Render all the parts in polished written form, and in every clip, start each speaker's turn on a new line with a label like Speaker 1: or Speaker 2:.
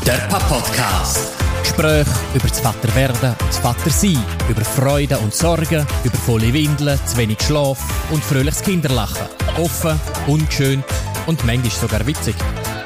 Speaker 1: Der Papa-Podcast. Gespräche über das Vaterwerden und das Vatersein, über Freude und Sorgen, über volle Windeln, zu wenig Schlaf und fröhliches Kinderlachen. Offen, ungeschönt und manchmal sogar witzig.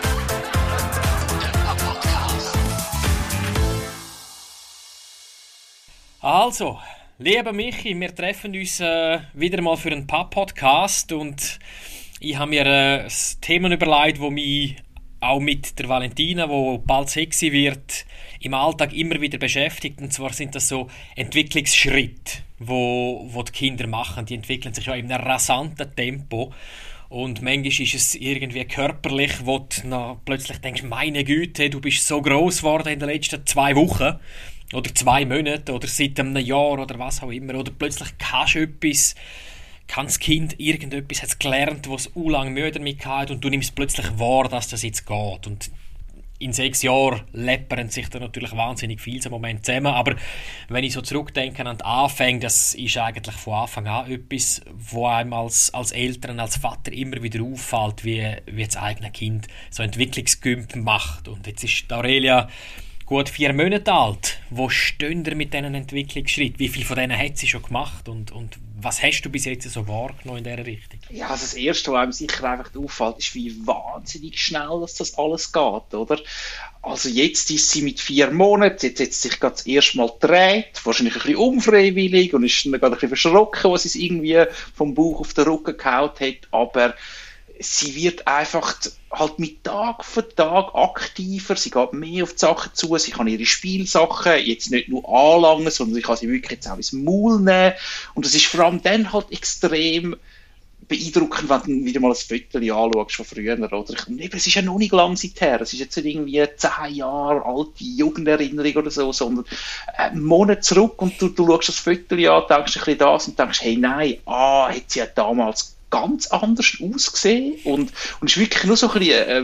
Speaker 1: Also, lieber Michi, wir treffen uns wieder mal für einen Papa-Podcast und ich habe mir ein Thema überlegt, das mich auch mit der Valentina, die bald 6 wird, im Alltag immer wieder beschäftigt. Und zwar sind das so Entwicklungsschritte, wo die Kinder machen. Die entwickeln sich ja in einem rasanten Tempo. Und manchmal ist es irgendwie körperlich, wo du dann plötzlich denkst, meine Güte, du bist so gross geworden in den letzten 2 Wochen oder 2 Monate oder seit einem Jahr oder was auch immer. Oder plötzlich kannst du etwas, kann das Kind irgendetwas hat gelernt, was es lange Mühe damit hat und du nimmst plötzlich wahr, dass das jetzt geht. Und in 6 Jahren läppern sich da natürlich wahnsinnig viel im Moment zusammen. Aber wenn ich so zurückdenke an die Anfänge, das ist eigentlich von Anfang an etwas, wo einem als Eltern, als Vater immer wieder auffällt, wie das eigene Kind so Entwicklungsgümp macht. Und jetzt ist Aurelia gut 4 Monate alt. Wo stehen ihr mit diesen Entwicklungsschritten? Wie viel von denen hat sie schon gemacht? Und was hast du bis jetzt so wahrgenommen in dieser Richtung?
Speaker 2: Ja, also das Erste, was einem sicher einfach auffällt, ist, wie wahnsinnig schnell das alles geht, oder? Also jetzt ist sie mit 4 Monaten, jetzt hat sie sich gerade das erste Mal gedreht, wahrscheinlich ein bisschen unfreiwillig und ist dann gerade ein bisschen verschrocken, was sie irgendwie vom Bauch auf den Rücken gehauen hat, aber sie wird einfach halt mit Tag für Tag aktiver, sie geht mehr auf die Sachen zu, sie kann ihre Spielsachen jetzt nicht nur anlangen, sondern sie kann sie wirklich jetzt auch ins Maul nehmen und das ist vor allem dann halt extrem beeindruckend, wenn du wieder mal ein Foto anschaust von früher, oder? Es ist ja noch nicht lang seither, es ist jetzt nicht irgendwie 10 Jahre alte Jugenderinnerung oder so, sondern einen Monat zurück und du schaust das Foto an, denkst ein bisschen das und denkst, hey nein, hat sie ja damals ganz anders ausgesehen und ist wirklich nur so ein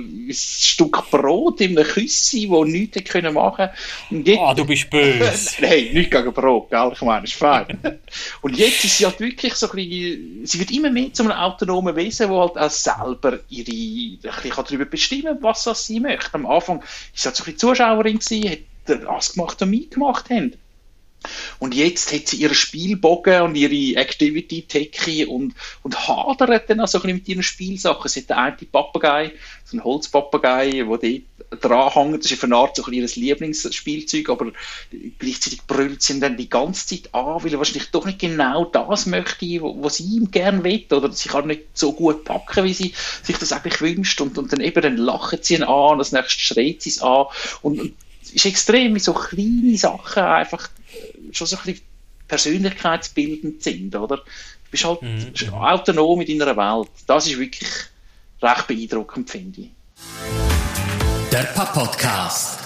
Speaker 2: Stück Brot in einem Küssi, das nichts hätte machen können.
Speaker 3: Du bist böse.
Speaker 2: Nein, nicht gegen Brot, gell? Ich meine, ist fein. Und jetzt ist sie halt wirklich so ein bisschen, sie wird immer mehr zu einem autonomen Wesen, das halt auch selber ein bisschen darüber bestimmen kann, was sie möchte. Am Anfang war sie halt so ein bisschen Zuschauerin gewesen, hat das gemacht, was wir gemacht haben. Und jetzt hat sie ihren Spielbogen und ihre Activity-Decke und hadert dann auch so ein bisschen mit ihren Spielsachen. Sie hat den einen Papagei, so einen Holzpapagei, der dort dranhängt. Das ist für eine Art so ein bisschen ihr Lieblingsspielzeug, aber gleichzeitig brüllt sie ihn dann die ganze Zeit an, weil er wahrscheinlich doch nicht genau das möchte, was sie ihm gerne will, oder sie kann nicht so gut packen, wie sie sich das eigentlich wünscht. Und dann lachen sie ihn an, und das nächste schreit sie es an. Und es ist extrem, wie so kleine Sachen einfach schon so ein bisschen persönlichkeitsbildend sind, oder? Du bist halt autonom in deiner Welt. Das ist wirklich recht beeindruckend, finde ich.
Speaker 1: Der Papa-Podcast.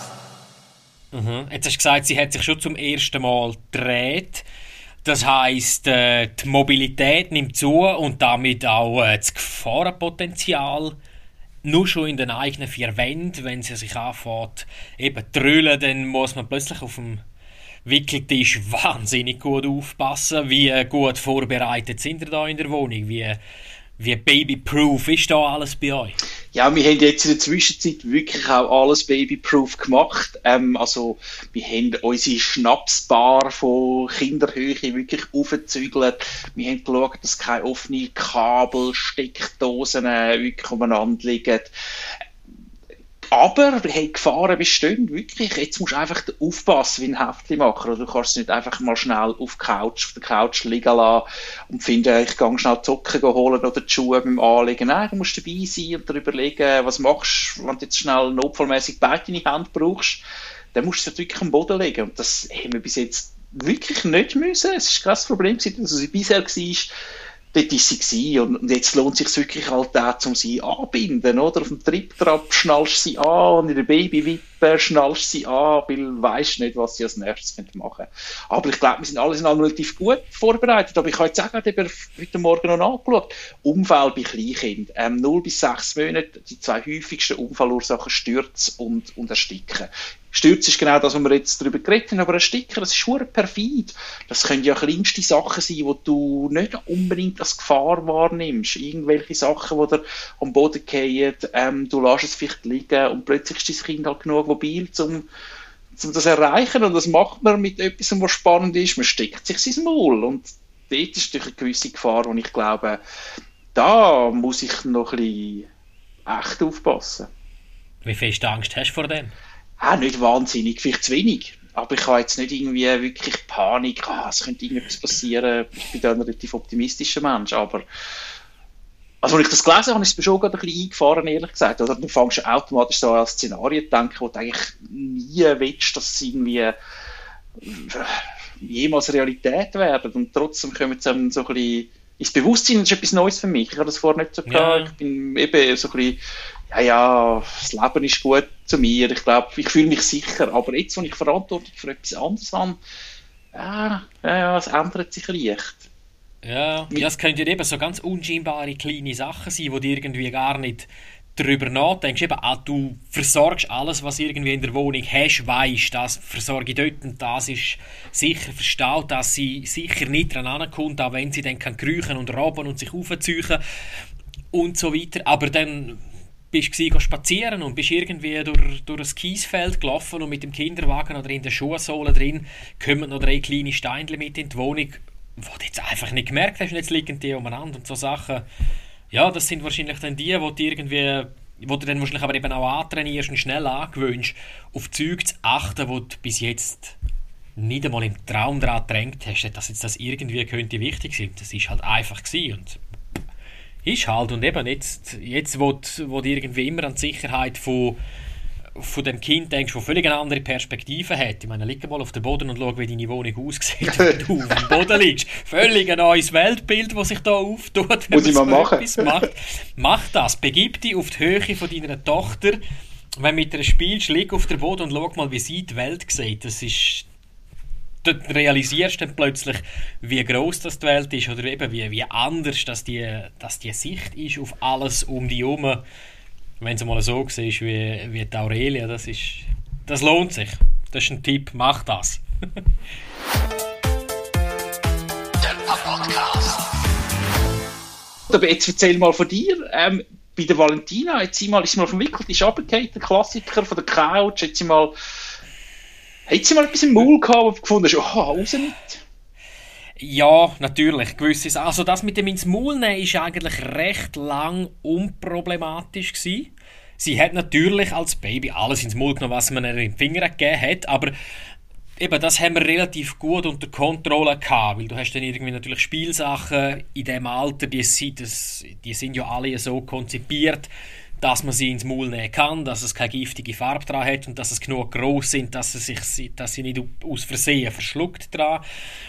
Speaker 3: Jetzt hast du gesagt, sie hat sich schon zum ersten Mal gedreht. Das heisst, die Mobilität nimmt zu und damit auch das Gefahrenpotenzial. Nur schon in den eigenen 4 Wänden, wenn sie sich anfängt eben trüllen, dann muss man plötzlich auf dem Wickeltisch wahnsinnig gut aufpassen. Wie gut vorbereitet sind ihr da in der Wohnung? Wie babyproof ist da alles bei euch?
Speaker 2: Ja, wir haben jetzt in der Zwischenzeit wirklich auch alles babyproof gemacht. Also, wir haben unsere Schnapsbar von Kinderhöhe wirklich aufgezügelt. Wir haben geschaut, dass keine offenen Kabel, Steckdosen wirklich umeinander liegen. Aber hey, Gefahren bestehen wirklich. Jetzt musst du einfach aufpassen wie ein Heftlimacher. Du kannst es nicht einfach mal schnell auf der Couch liegen lassen und finden, ich gehe schnell die Socken holen oder die Schuhe beim Anlegen. Nein, du musst dabei sein und dir überlegen, was machst du, wenn du jetzt schnell notfallmäßig beide in die Hand brauchst. Dann musst du es wirklich am Boden legen. Und das haben wir bis jetzt wirklich nicht müssen. Es war kein Problem, dass es bisher war. Dort war sie und jetzt lohnt es sich wirklich halt auch, um sie anbinden, oder? Auf dem Triptrap schnallst sie an und in der Babywippe schnallst sie an, weil du weisst nicht, was sie als nächstes machen können. Aber ich glaube, wir sind alle relativ gut vorbereitet. Aber ich habe jetzt auch gerade heute Morgen noch nachgeschaut. Unfälle bei Kleinkindern. 0 bis 6 Monate, die 2 häufigsten Unfallursachen Stürze und Ersticken. Stürzen ist genau das, was wir jetzt darüber geredet haben, aber ein Sticker, das ist verdammt perfid. Das können ja kleinste Sachen sein, die du nicht unbedingt als Gefahr wahrnimmst. Irgendwelche Sachen, die dir am Boden fallen, du lässt es vielleicht liegen und plötzlich ist dein Kind halt genug mobil, um das zu erreichen. Und das macht man mit etwas, was spannend ist. Man steckt sich ins Maul. Und dort ist natürlich eine gewisse Gefahr, und ich glaube, da muss ich noch ein bisschen echt aufpassen.
Speaker 3: Wie fest Angst hast du vor dem?
Speaker 2: Nicht wahnsinnig, vielleicht zu wenig. Aber ich habe jetzt nicht irgendwie wirklich Panik, es könnte irgendetwas passieren. Ich bin da ein relativ optimistischer Mensch, aber also, als ich das gelesen habe, ist es mir schon gerade ein bisschen eingefahren, ehrlich gesagt. Oder du fängst automatisch so an Szenarien zu denken, wo du eigentlich nie willst, dass es irgendwie jemals Realität werden. Und trotzdem kommen sie dann so ein bisschen ins Bewusstsein. Das ist etwas Neues für mich. Ich habe das vorher nicht so gehabt. Ja. Ich bin eben so ein bisschen, das Leben ist gut zu mir. Ich glaube, ich fühle mich sicher. Aber jetzt, wo ich Verantwortung für etwas anderes habe, es ändert sich leicht.
Speaker 3: Ja, es können ja eben so ganz unscheinbare kleine Sachen sein, wo du irgendwie gar nicht darüber nachdenkst. Eben, du versorgst alles, was du irgendwie in der Wohnung hast, weisst, das versorge ich dort und das ist sicher verstaut, dass sie sicher nicht dran ankommt, auch wenn sie dann kriechen und robben und sich aufziehen und so weiter. Aber dann bist du spazieren und bist irgendwie durch ein Kiesfeld gelaufen und mit dem Kinderwagen oder in der Schuhsohle drin kommen noch 3 kleine Steinchen mit in die Wohnung, wo du jetzt einfach nicht gemerkt hast, und jetzt liegen die umeinander und so Sachen. Ja, das sind wahrscheinlich dann die, wo du dann wahrscheinlich aber eben auch antrainierst und schnell angewöhnst, auf Zeug zu achten, wo du bis jetzt nicht einmal im Traum daran gedrängt hast, dass jetzt das irgendwie könnte wichtig sein. Das ist halt einfach gewesen und ist halt. Und eben jetzt wo du irgendwie immer an die Sicherheit von dem Kind denkst, das völlig eine andere Perspektive hat. Ich meine, lieg mal auf dem Boden und schau, wie deine Wohnung aussieht, wenn du auf dem Boden liegst. Völlig ein neues Weltbild, das sich da auftut, wenn man so etwas macht. Mach das. Begib dich auf die Höhe von deiner Tochter, wenn du mit ihr spielst, lieg auf dem Boden und schau mal, wie sie die Welt sieht. Das ist... Dort realisierst du dann plötzlich, wie gross das die Welt ist oder eben wie anders dass die Sicht ist auf alles um dich herum. Wenn du mal so siehst wie die Aurelia, das lohnt sich. Das ist ein Tipp, mach das.
Speaker 2: Der Podcast. Aber jetzt erzähl mal von dir. Bei der Valentina, ist sie mal verwickelt, ist runtergefallen, der Klassiker von der Couch. Hat sie mal etwas im Maul gehabt, wo du gefunden hast, raus mit?
Speaker 3: Ja, natürlich. Gewisses. Also das mit dem ins Maul nehmen ist eigentlich recht lang unproblematisch gewesen. Sie hat natürlich als Baby alles ins Maul genommen, was man ihr in den Finger gegeben hat, aber eben das haben wir relativ gut unter Kontrolle gehabt, weil du hast dann irgendwie natürlich Spielsachen in diesem Alter, die sind ja alle so konzipiert, dass man sie ins Maul nehmen kann, dass es keine giftige Farbe dran hat und dass es genug gross sind, dass sie nicht aus Versehen verschluckt dran.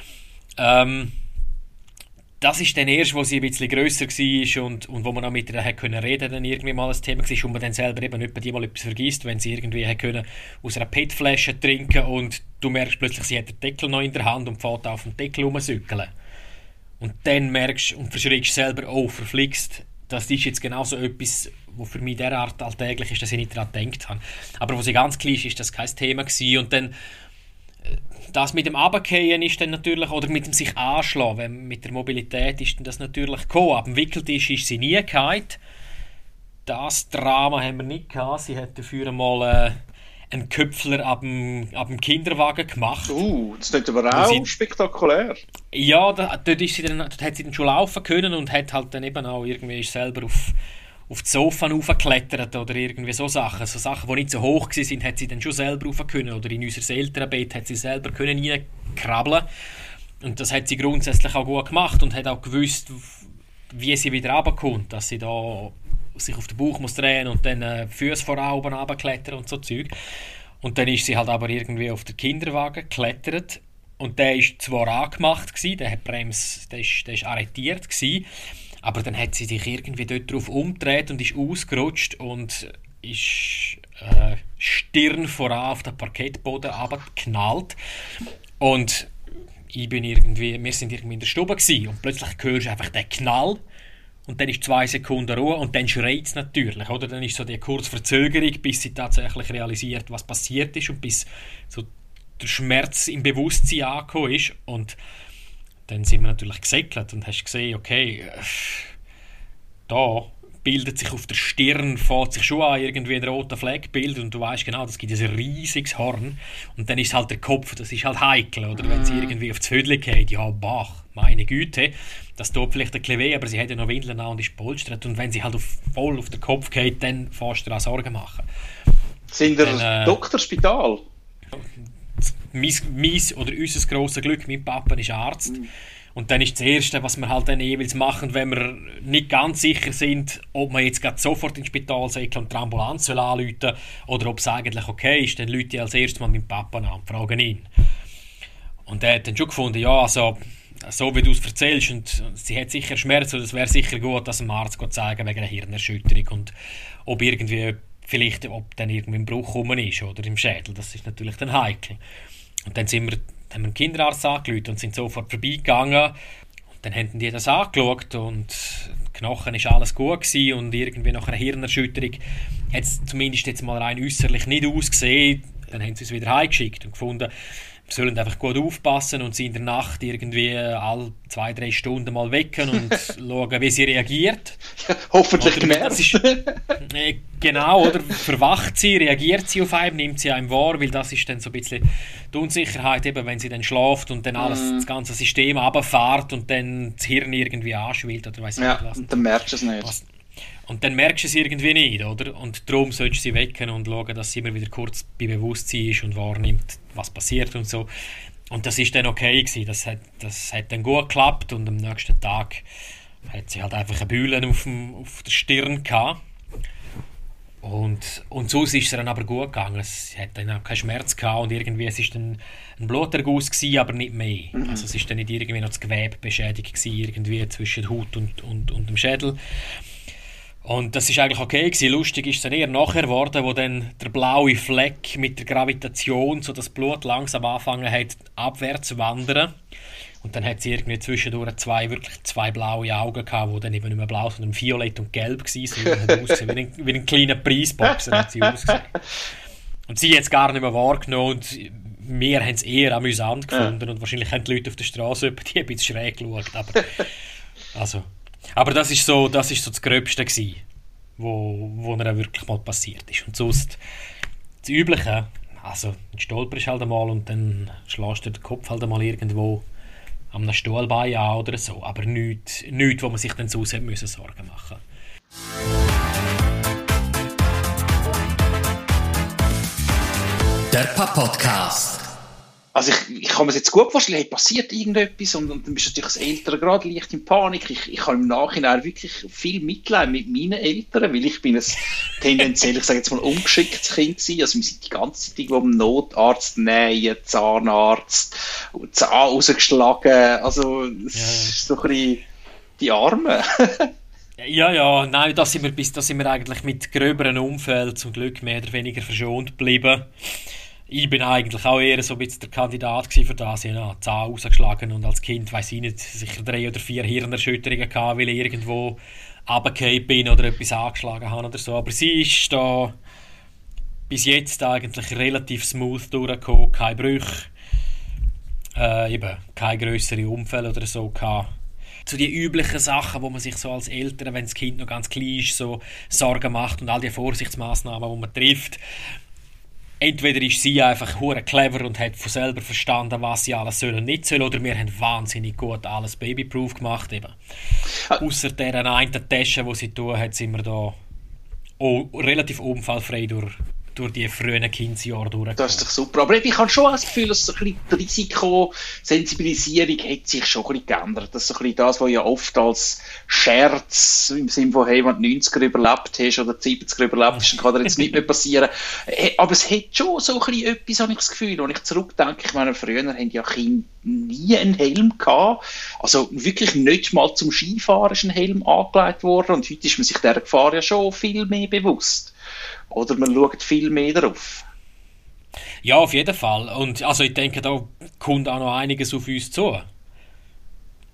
Speaker 3: Das ist dann erst, wo sie ein bisschen grösser war und wo man auch mit ihr reden konnte, dann irgendwie mal ein Thema war und man dann selber eben nicht mal etwas vergisst, wenn sie irgendwie aus einer PET-Flasche trinken und du merkst plötzlich, sie hat den Deckel noch in der Hand und fährt auf den Deckel rumsückeln. Und dann merkst und verschreckst selber, oh, verflixt, das ist jetzt genau so etwas, was für mich derart alltäglich ist, dass ich nicht daran gedacht habe. Aber wo sie ganz klein ist das kein Thema gewesen. Und dann das mit dem Runterfallen ist dann natürlich, oder mit dem sich anschlagen, mit der Mobilität ist dann das natürlich gekommen. Ab dem Wickeltisch ist sie nie gefallen. Das Drama haben wir nicht gehabt. Sie hat dafür einmal einen Köpfler ab dem Kinderwagen gemacht.
Speaker 2: Das klingt aber auch spektakulär.
Speaker 3: Ja, dort hat sie dann schon laufen können und hat halt dann eben auch irgendwie selber auf die Sofa raufgeklettert oder irgendwie so Sachen. So Sachen, die nicht so hoch waren, hat sie dann schon selber rauf können. Oder in unser Elternbett hat sie selber reinkrabbeln. Und das hat sie grundsätzlich auch gut gemacht und hat auch gewusst, wie sie wieder runterkommt. Dass sie da sich auf den Bauch muss drehen und dann Füße vor Augen runterklettern und so Zeug. Und dann ist sie halt aber irgendwie auf den Kinderwagen geklettert. Und der war zwar angemacht gewesen, der ist arretiert gewesen, aber dann hat sie sich irgendwie dort drauf umgedreht und ist ausgerutscht und ist Stirn voran auf den Parkettboden runtergeknallt. Und wir sind irgendwie in der Stube gewesen, und plötzlich hörst du einfach den Knall und dann ist 2 Sekunden Ruhe und dann schreit es natürlich, oder? Dann ist so die kurze Verzögerung, bis sie tatsächlich realisiert, was passiert ist und bis so der Schmerz im Bewusstsein angekommen ist. Und dann sind wir natürlich gesäckelt und hast gesehen, okay, da bildet sich auf der Stirn, fängt sich schon an, irgendwie ein roter Fleck bildet und du weißt genau, das gibt ein riesiges Horn und dann ist halt der Kopf, das ist halt heikel, oder? Wenn sie irgendwie auf das Vödel geht, ja, bach, meine Güte, das tut vielleicht ein bisschen weh, aber sie hat ja noch Windeln an und ist polstert und wenn sie halt voll auf den Kopf geht, dann fährst du dir auch Sorgen machen.
Speaker 2: Sind wir Doktorspital?
Speaker 3: Unser grosses Glück, mein Papa ist Arzt. Und dann ist das Erste, was wir halt dann jeweils machen, wenn wir nicht ganz sicher sind, ob wir jetzt gerade sofort ins Spital säckeln und die Ambulanz anrufen soll oder ob es eigentlich okay ist, dann rufe ich als erstes mal meinen Papa an und frage ihn. Und er hat dann schon gefunden, ja, also, so wie du es erzählst, und sie hat sicher Schmerzen, und es wäre sicher gut, dass dem Arzt zeigen wegen einer Hirnerschütterung und ob irgendwie, vielleicht, ob dann irgendwie ein Bruch rum ist oder im Schädel, das ist natürlich dann heikel. Und dann haben wir einen Kinderarzt angerufen und sind sofort vorbeigegangen. Und dann haben die das angeschaut und Knochen ist alles gut gewesen und irgendwie nach einer Hirnerschütterung hat es zumindest jetzt mal rein äußerlich nicht ausgesehen. Dann haben sie es wieder heimgeschickt und gefunden, wir sollen einfach gut aufpassen und sie in der Nacht irgendwie alle 2-3 Stunden mal wecken und schauen, wie sie reagiert.
Speaker 2: Ja, hoffentlich gemerkt.
Speaker 3: Genau, oder? Verwacht sie, reagiert sie auf einen, nimmt sie einem wahr, weil das ist dann so ein bisschen die Unsicherheit, eben, wenn sie dann schläft und dann das ganze System runterfährt und dann das Hirn irgendwie anschwillt oder weiss ich nicht was.
Speaker 2: Und dann merkst du es nicht.
Speaker 3: Und dann merkst du es irgendwie nicht, oder? Und darum solltest du sie wecken und schauen, dass sie immer wieder kurz bei Bewusstsein ist und wahrnimmt, was passiert und so. Und das ist dann okay gewesen. Das hat dann gut geklappt und am nächsten Tag hat sie halt einfach eine Bühne auf der Stirn gehabt. Und sonst ist es dann aber gut gegangen. Es hat dann auch keinen Schmerz gehabt und irgendwie, es ist dann ein Bluterguss gewesen, aber nicht mehr. Also es ist dann nicht irgendwie noch das Gewebe beschädigt gewesen, irgendwie zwischen Haut und dem Schädel. Und das ist eigentlich okay gewesen. Lustig ist es dann eher nachher geworden, wo dann der blaue Fleck mit der Gravitation, so das Blut langsam angefangen hat, abwärts zu wandern. Und dann hat sie irgendwie zwischendurch zwei blaue Augen gehabt, die dann eben nicht mehr blau, sondern violett und gelb waren. Wie ein kleiner Preisboxer hat sie ausgesehen. Und sie hat es gar nicht mehr wahrgenommen und wir haben es eher amüsant gefunden und wahrscheinlich haben die Leute auf der Straße die ein bisschen schräg geschaut. Aber das ist so das Gröbste gewesen, wo mir wirklich mal passiert ist. Und sonst das Übliche, also ein Stolper ist halt einmal und dann schlägst du den Kopf halt einmal irgendwo an einem Stuhlbein an oder so, aber nichts, wo man sich dann sonst Sorgen machen
Speaker 1: musste. Der Podcast.
Speaker 2: Also ich kann mir das jetzt gut vorstellen, hey, passiert irgendetwas und dann bist du natürlich als Eltern gerade leicht in Panik. Ich habe im Nachhinein wirklich viel Mitleid mit meinen Eltern, weil ich bin ein tendenziell, ich sage jetzt mal, ungeschicktes Kind gewesen. Also wir sind die ganze Zeit irgendwo am Notarzt, Nähen, Zahnarzt, Zahn rausgeschlagen. Also es ist so ein bisschen die Arme.
Speaker 3: Nein, da sind wir eigentlich mit gröberen Umfeld zum Glück mehr oder weniger verschont geblieben. Ich bin eigentlich auch eher so ein bisschen der Kandidat für das. Ich habe Zahn rausgeschlagen und als Kind, weiss ich nicht, sicher 3 oder 4 Hirnerschütterungen gehabt, weil ich irgendwo runtergefallen bin oder etwas angeschlagen habe oder so. Aber sie ist da bis jetzt eigentlich relativ smooth durchgekommen, keine Brüche, eben keine grösseren Unfälle oder so gehabt. So die üblichen Sachen, wo man sich so als Eltern, wenn das Kind noch ganz klein ist, so Sorgen macht und all die Vorsichtsmaßnahmen, die man trifft. Entweder ist sie einfach hure clever und hat von selber verstanden, was sie alles sollen und nicht sollen, oder wir haben wahnsinnig gut alles babyproof gemacht. Ausser dieser einen Tasche, die sie tun, hat sind wir da relativ unfallfrei durch die frühen Kindsjahre durchgekommen. Das
Speaker 2: ist doch super. Aber ich habe schon das Gefühl, dass so ein bisschen die Risikosensibilisierung hat sich schon ein bisschen geändert. Das ist so ein bisschen das, was ja oft als Scherz im Sinne von, hey, wenn du 90er überlebt hast oder 70er überlebt hast, dann kann dir jetzt nicht mehr passieren. Aber es hat schon so ein bisschen etwas, habe ich das Gefühl. Wenn ich zurückdenke, ich meine, früher haben ja Kinder nie einen Helm gehabt. Also wirklich nicht mal zum Skifahren ist ein Helm angelegt worden. Und heute ist man sich dieser Gefahr ja schon viel mehr bewusst. Oder man schaut viel mehr darauf.
Speaker 3: Ja, auf jeden Fall. Und also ich denke, da kommt auch noch einiges auf uns zu.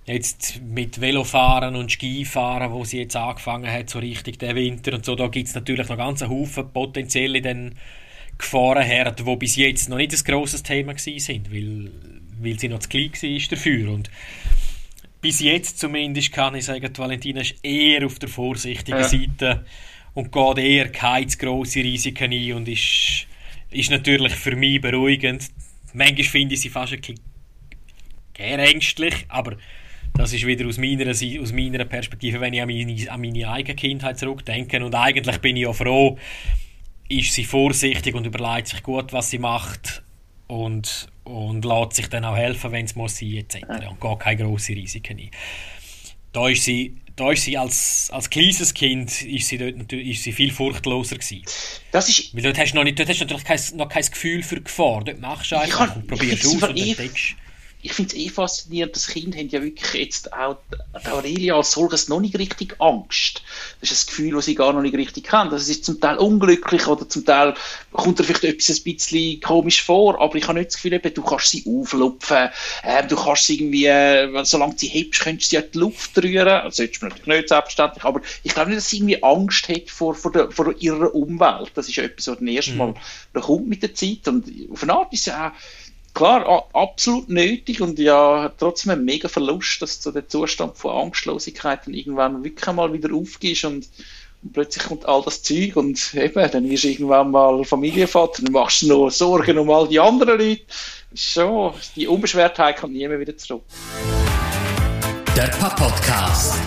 Speaker 3: jetzt mit Velofahren und Skifahren, wo sie jetzt angefangen hat, so richtig den Winter und so, da gibt es natürlich noch ganz einen Haufen potenzielle Gefahrenherde, die bis jetzt noch nicht ein grosses Thema waren, weil sie noch zu klein war dafür. Und bis jetzt zumindest kann ich sagen, die Valentina ist eher auf der vorsichtigen Seite und geht eher keine zu grosse Risiken ein und ist natürlich für mich beruhigend. Manchmal finde ich sie fast ein bisschen ängstlich, aber das ist wieder aus meiner Perspektive, wenn ich an meine eigene Kindheit zurückdenke. Und eigentlich bin ich auch froh, ist sie vorsichtig und überlegt sich gut, was sie macht und lässt sich dann auch helfen, wenn es muss sein, etc. Und geht keine grossen Risiken ein. Da ist sie als kleines Kind ist sie viel furchtloser gewesen. Weil dort hast du natürlich noch kein Gefühl für Gefahr. Dort machst du einfach und probierst aus und entdeckst.
Speaker 2: Ich finde es faszinierend, das Kind haben ja wirklich jetzt auch die Aurelia als solches noch nicht richtig Angst. Das ist ein Gefühl, das sie gar noch nicht richtig kennt. Das ist zum Teil unglücklich oder zum Teil kommt ihr vielleicht etwas ein bisschen komisch vor, aber ich habe nicht das Gefühl, du kannst sie auflupfen, du kannst sie irgendwie, solange du sie hebst, könntest du sie in die Luft rühren. Das solltest du natürlich nicht selbstverständlich, aber ich glaube nicht, dass sie irgendwie Angst hat vor ihrer Umwelt. Das ist ja etwas, was das erste Mal kommt mit der Zeit und auf eine Art ist es ja auch klar, absolut nötig und ja, trotzdem ein mega Verlust, dass du den Zustand von Angstlosigkeit dann irgendwann wirklich mal wieder aufgibst und plötzlich kommt all das Zeug und eben, dann wirst du irgendwann mal Familienvater, dann machst du noch Sorgen um all die anderen Leute. Schon, die Unbeschwertheit kommt nie mehr wieder zurück.
Speaker 4: Der Podcast.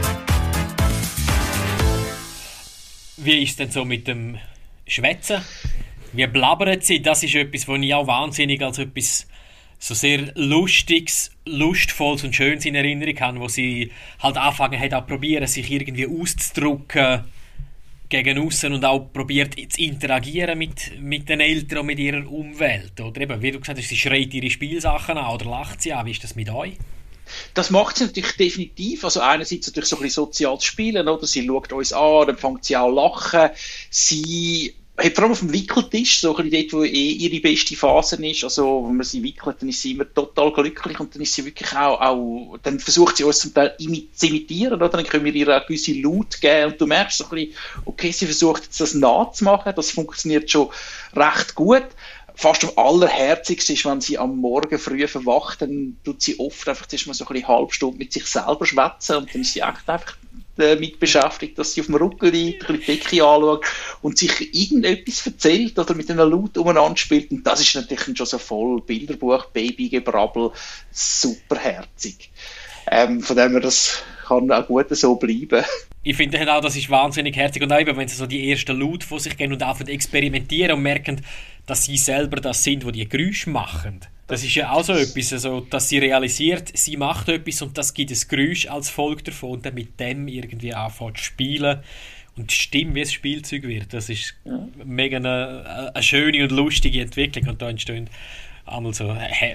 Speaker 3: Wie ist es denn so mit dem Schwätzen? Wie blabbern sie? Das ist etwas, was ich auch wahnsinnig als etwas so sehr Lustiges, Lustvolles und Schönes in Erinnerung habe, wo sie halt angefangen hat, auch probieren, sich irgendwie auszudrücken gegen aussen und auch probiert zu interagieren mit den Eltern und mit ihrer Umwelt. Oder eben, wie du gesagt hast, sie schreit ihre Spielsachen an oder lacht sie an. Wie ist das mit euch?
Speaker 2: Das macht sie natürlich definitiv. Also einerseits natürlich so ein bisschen soziales Spielen, oder? Sie schaut uns an, dann fängt sie auch an lachen. Sie hat vor allem auf dem Wickeltisch, so ein bisschen dort, wo ihre beste Phase ist, also wenn man sie wickelt, dann ist sie immer total glücklich und dann ist sie wirklich auch dann versucht sie uns zum Teil zu imitieren, oder? Dann können wir ihr auch gewisse Laut geben und du merkst so ein bisschen, okay, sie versucht jetzt das nachzumachen, das funktioniert schon recht gut. Fast am allerherzigsten ist, wenn sie am Morgen früh verwacht, dann tut sie oft einfach mal so ein bisschen eine halbe Stunde mit sich selber schwätzen und dann ist sie einfach damit beschäftigt, dass sie auf dem Rücken liegt, ein bisschen die Decke anschaut und sich irgendetwas erzählt oder mit einer Laut umeinander spielt. Und das ist natürlich schon so voll Bilderbuch, Babygebrabbel, superherzig. Von dem her, das kann auch gut so bleiben.
Speaker 3: Ich finde auch, das ist wahnsinnig herzig. Und auch eben, wenn sie so die ersten Laute von sich gehen und anfangen experimentieren und merken, dass sie selber das sind, die Geräusche machen. Das ist ja auch so etwas, also, dass sie realisiert, sie macht etwas und das gibt ein Geräusch als Folge davon und dann mit dem irgendwie anfängt zu spielen und die Stimme wie ein Spielzeug wird. Das ist mega eine schöne und lustige Entwicklung und da entstehen einmal so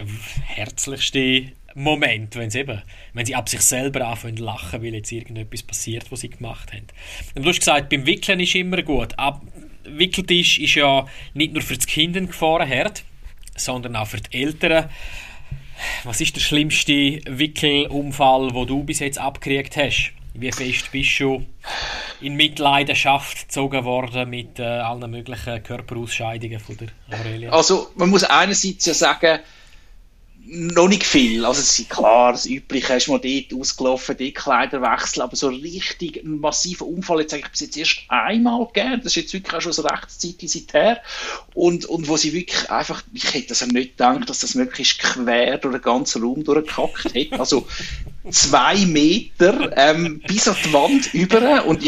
Speaker 3: herzlichste Momente, wenn sie ab sich selber anfangen zu lachen, weil jetzt irgendetwas passiert, was sie gemacht haben. Und du hast gesagt, beim Wickeln ist immer gut. Wickeltisch ist ja nicht nur für das Kind ein Gefahrenherd, sondern auch für die Eltern. Was ist der schlimmste Wickelunfall, den du bis jetzt abgekriegt hast? Wie fest bist du in Mitleidenschaft gezogen worden mit allen möglichen Körperausscheidungen von der Aurelia?
Speaker 2: Also man muss einerseits ja sagen, noch nicht viel. Also es ist klar, das Übliche ist mal dort ausgelaufen, dort Kleiderwechsel, aber so richtig ein massiver Unfall jetzt eigentlich bis jetzt erst einmal gegeben. Das ist jetzt wirklich auch schon so recht Zeit her. Und wo sie wirklich einfach, ich hätte das ja nicht gedacht, dass das möglichst quer durch den ganzen Raum durchgekackt hätte. Also 2 Meter bis an die Wand über und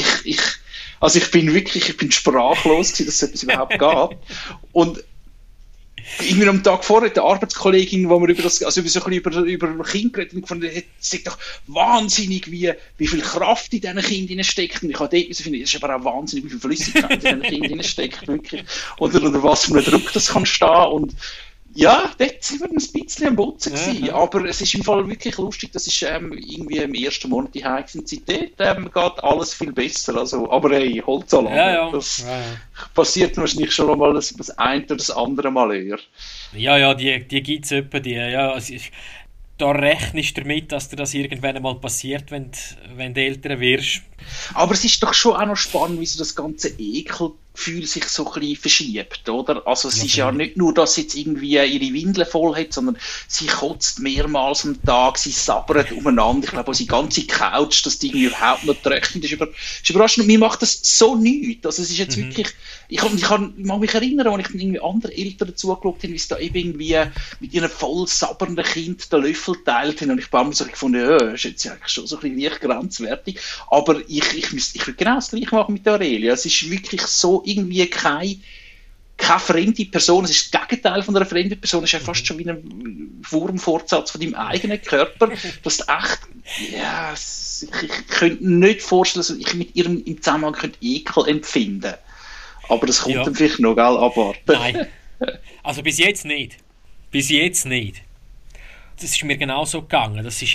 Speaker 2: ich bin sprachlos gewesen, dass so etwas überhaupt geht. Und irgendwie am Tag vorher die Arbeitskollegin, wo wir über so ein bisschen über Kinder geredet haben, gefunden hat, sagt doch wahnsinnig, wie viel Kraft in diesen Kindern steckt. Und ich habe dort finden, es ist aber auch wahnsinnig, wie viel Flüssigkeit in diesen Kindern steckt, wirklich. Oder was für einen Druck das kann stehen. Und ja, dort sind wir ein bisschen am Botzen gewesen. Aber es ist im Fall wirklich lustig, das ist irgendwie im ersten Monat die Heizintensität, geht alles viel besser. Also, aber hey, Holzalarm, das passiert wahrscheinlich schon mal das ein oder das andere Mal eher.
Speaker 3: Ja, die gibt es etwa, die, ja. da rechnest du damit, dass dir das irgendwann einmal passiert, wenn du älter wirst.
Speaker 2: Aber es ist doch schon auch noch spannend, wie so das ganze Ekelgefühl sich so ein bisschen verschiebt, oder? Also es ist ja nicht nur, dass sie jetzt irgendwie ihre Windeln voll hat, sondern sie kotzt mehrmals am Tag, sie sabbert umeinander. Ich glaube, auch die ganze Couch, dass die irgendwie überhaupt noch trocknet, ist überraschend. Mir macht das so nichts. Also es ist jetzt wirklich, ich mag mich erinnern, als ich dann irgendwie andere Eltern zugeschaut habe, wie sie da eben irgendwie mit ihren voll sabbernden Kind den Löffel teilt haben. Und ich habe mir so gefunden, ja, das ist jetzt eigentlich schon so ein bisschen leicht grenzwertig. Aber ich würde genau das Gleiche machen mit der Aurelia. Es ist wirklich so irgendwie keine fremde Person. Es ist das Gegenteil von einer fremden Person. Es ist ja fast schon wie ein Wurmfortsatz von deinem eigenen Körper. Das ist echt, ja, ich könnte nicht vorstellen, dass ich mit ihrem im Zusammenhang könnte Ekel empfinden. Aber das kommt dann vielleicht noch, gell, abwarten.
Speaker 3: Nein. Also bis jetzt nicht. Bis jetzt nicht. Das ist mir genau so gegangen. Das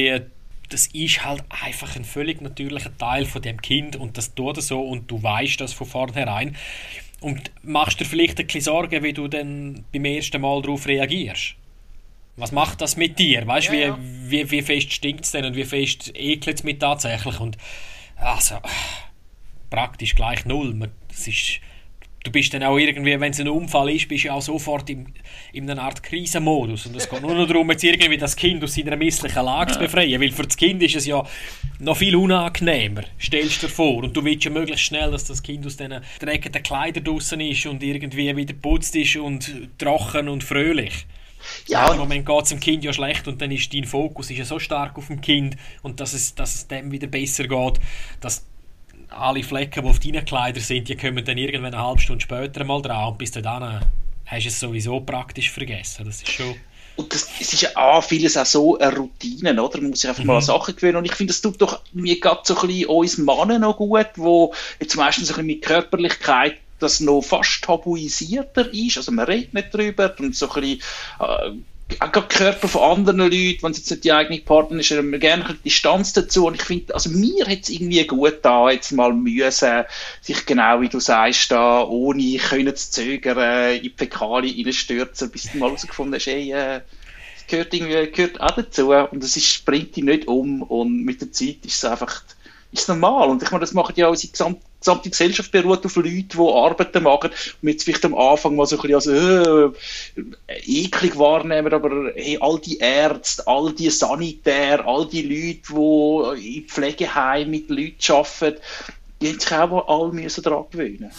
Speaker 3: ist halt einfach ein völlig natürlicher Teil von dem Kind und das tut er so und du weißt das von vornherein und machst dir vielleicht ein bisschen Sorgen, wie du dann beim ersten Mal darauf reagierst. Was macht das mit dir? Weißt du, wie fest stinkt es denn und wie fest ekelt es mich tatsächlich? Und also, praktisch gleich null. Du bist dann auch irgendwie, wenn es ein Unfall ist, bist du ja auch sofort in einer Art Krisenmodus. Und es geht nur noch darum, jetzt irgendwie das Kind aus seiner misslichen Lage zu befreien. Weil für das Kind ist es ja noch viel unangenehmer, stellst du dir vor. Und du willst ja möglichst schnell, dass das Kind aus diesen dreckigen Kleidern draussen ist und irgendwie wieder geputzt ist und trocken und fröhlich. Ja. Im Moment geht es dem Kind ja schlecht und dann ist dein Fokus ist ja so stark auf dem Kind und dass es dem wieder besser geht, dass alle Flecken, die auf deinen Kleidern sind, die kommen dann irgendwann eine halbe Stunde später mal dran und bis dahin hast du es sowieso praktisch vergessen. Das ist schon...
Speaker 2: Und es ist ja vieles auch so eine Routine, oder? Man muss sich einfach mal an Sachen gewöhnen. Und ich finde, das tut doch mir gerade so ein bisschen uns Männer noch gut, wo jetzt meistens so ein bisschen mit Körperlichkeit das noch fast tabuisierter ist. Also man redet nicht drüber und so ein bisschen... auch die Körper von anderen Leuten, wenn es jetzt nicht die eigene Partnerin ist, haben wir gerne eine Distanz dazu. Und ich finde, also mir hat es irgendwie gut da jetzt mal müssen, sich genau wie du sagst, da ohne können zu zögern, in die Fäkalien reinstürzen, bis du mal herausgefunden hast, hey, das gehört auch dazu. Und es bringt dich nicht um. Und mit der Zeit ist es einfach, ist normal. Und ich meine, das machen ja auch unsere gesamte Gesellschaft beruht auf Leute, die Arbeiten machen und jetzt vielleicht am Anfang mal so ein bisschen eklig wahrnehmen, aber hey, all die Ärzte, all die Sanitär, all die Leute, die in Pflegeheimen mit Leuten arbeiten, die haben sich auch alle daran gewöhnen.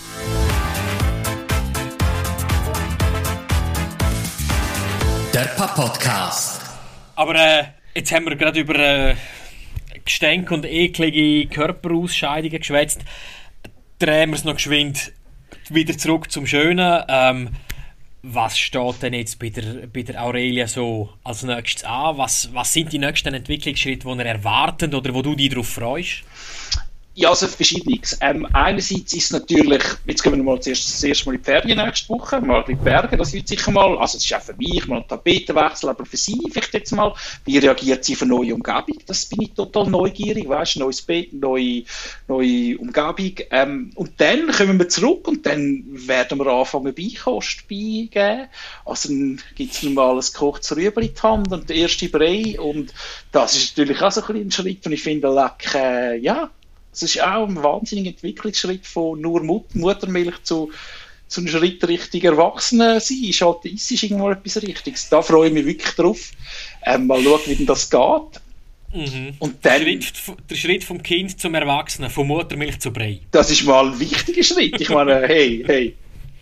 Speaker 4: Der Papp-Podcast.
Speaker 3: Aber jetzt haben wir gerade über Gestänke und eklige Körperausscheidungen geschwätzt. Drehen wir es noch geschwind wieder zurück zum Schönen. Was steht denn jetzt bei der Aurelia so als nächstes an? Was sind die nächsten Entwicklungsschritte, die ihr erwartet oder wo du dich darauf freust?
Speaker 2: Ja, also verschiedenes. Einerseits ist natürlich, jetzt gehen wir mal das erste Mal in die Ferien nächste Woche, mal ein bisschen Berge, das wird sicher mal, also es ist auch für mich mal ein Tapetenwechsel, aber für sie vielleicht jetzt mal, wie reagiert sie auf eine neue Umgebung, das bin ich total neugierig, weißt, neues Bett, neue Umgebung, und dann kommen wir zurück und dann werden wir anfangen Beikost beigeben, also dann gibt es mal ein gekochtes Rüebli in die Hand und der erste Brei und das ist natürlich auch so ein bisschen ein Schritt und ich finde, ja, es ist auch ein wahnsinniger Entwicklungsschritt von nur Muttermilch zu einem Schritt Richtung Erwachsenen sein. Ist irgendwo etwas Richtiges. Da freue ich mich wirklich drauf. Mal schauen, wie denn das geht.
Speaker 3: Mhm. Und dann, der Schritt vom Kind zum Erwachsenen, von Muttermilch zu Brei.
Speaker 2: Das ist mal ein wichtiger Schritt. Ich meine, hey.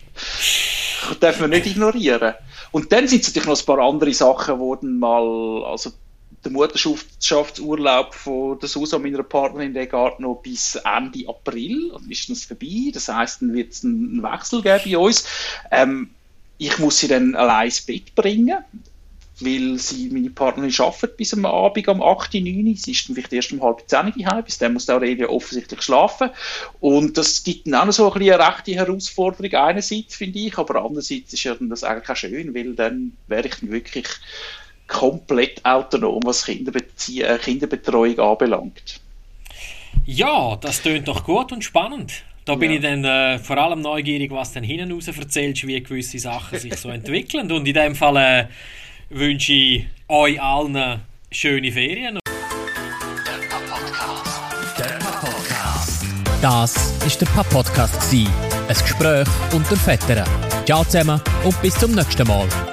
Speaker 2: Das darf man nicht ignorieren. Und dann sind es natürlich noch ein paar andere Sachen, wo dann mal, also der Mutterschaftsurlaub von der Susa, meiner Partnerin, der geht noch bis Ende April. Dann ist das vorbei. Das heisst, dann wird es einen Wechsel geben bei uns. Ich muss sie dann allein ins Bett bringen, weil meine Partnerin arbeitet bis am Abend um 8, 9. Sie ist dann vielleicht erst um 9:30 daheim. Bis dann muss Aurelia offensichtlich schlafen. Und das gibt dann auch noch so eine rechte Herausforderung einerseits, finde ich, aber andererseits ist ja dann das eigentlich auch schön, weil dann wäre ich dann wirklich komplett autonom, was Kinderbetreuung anbelangt.
Speaker 3: Ja, das tönt doch gut und spannend. Da bin ich dann vor allem neugierig, was dann hinten raus erzählst, wie gewisse Sachen sich so entwickeln. Und in dem Fall wünsche ich euch allen schöne Ferien.
Speaker 4: Der Papp-Podcast. Das war der Papp-Podcast. Ein Gespräch unter Vätern. Ciao zusammen und bis zum nächsten Mal.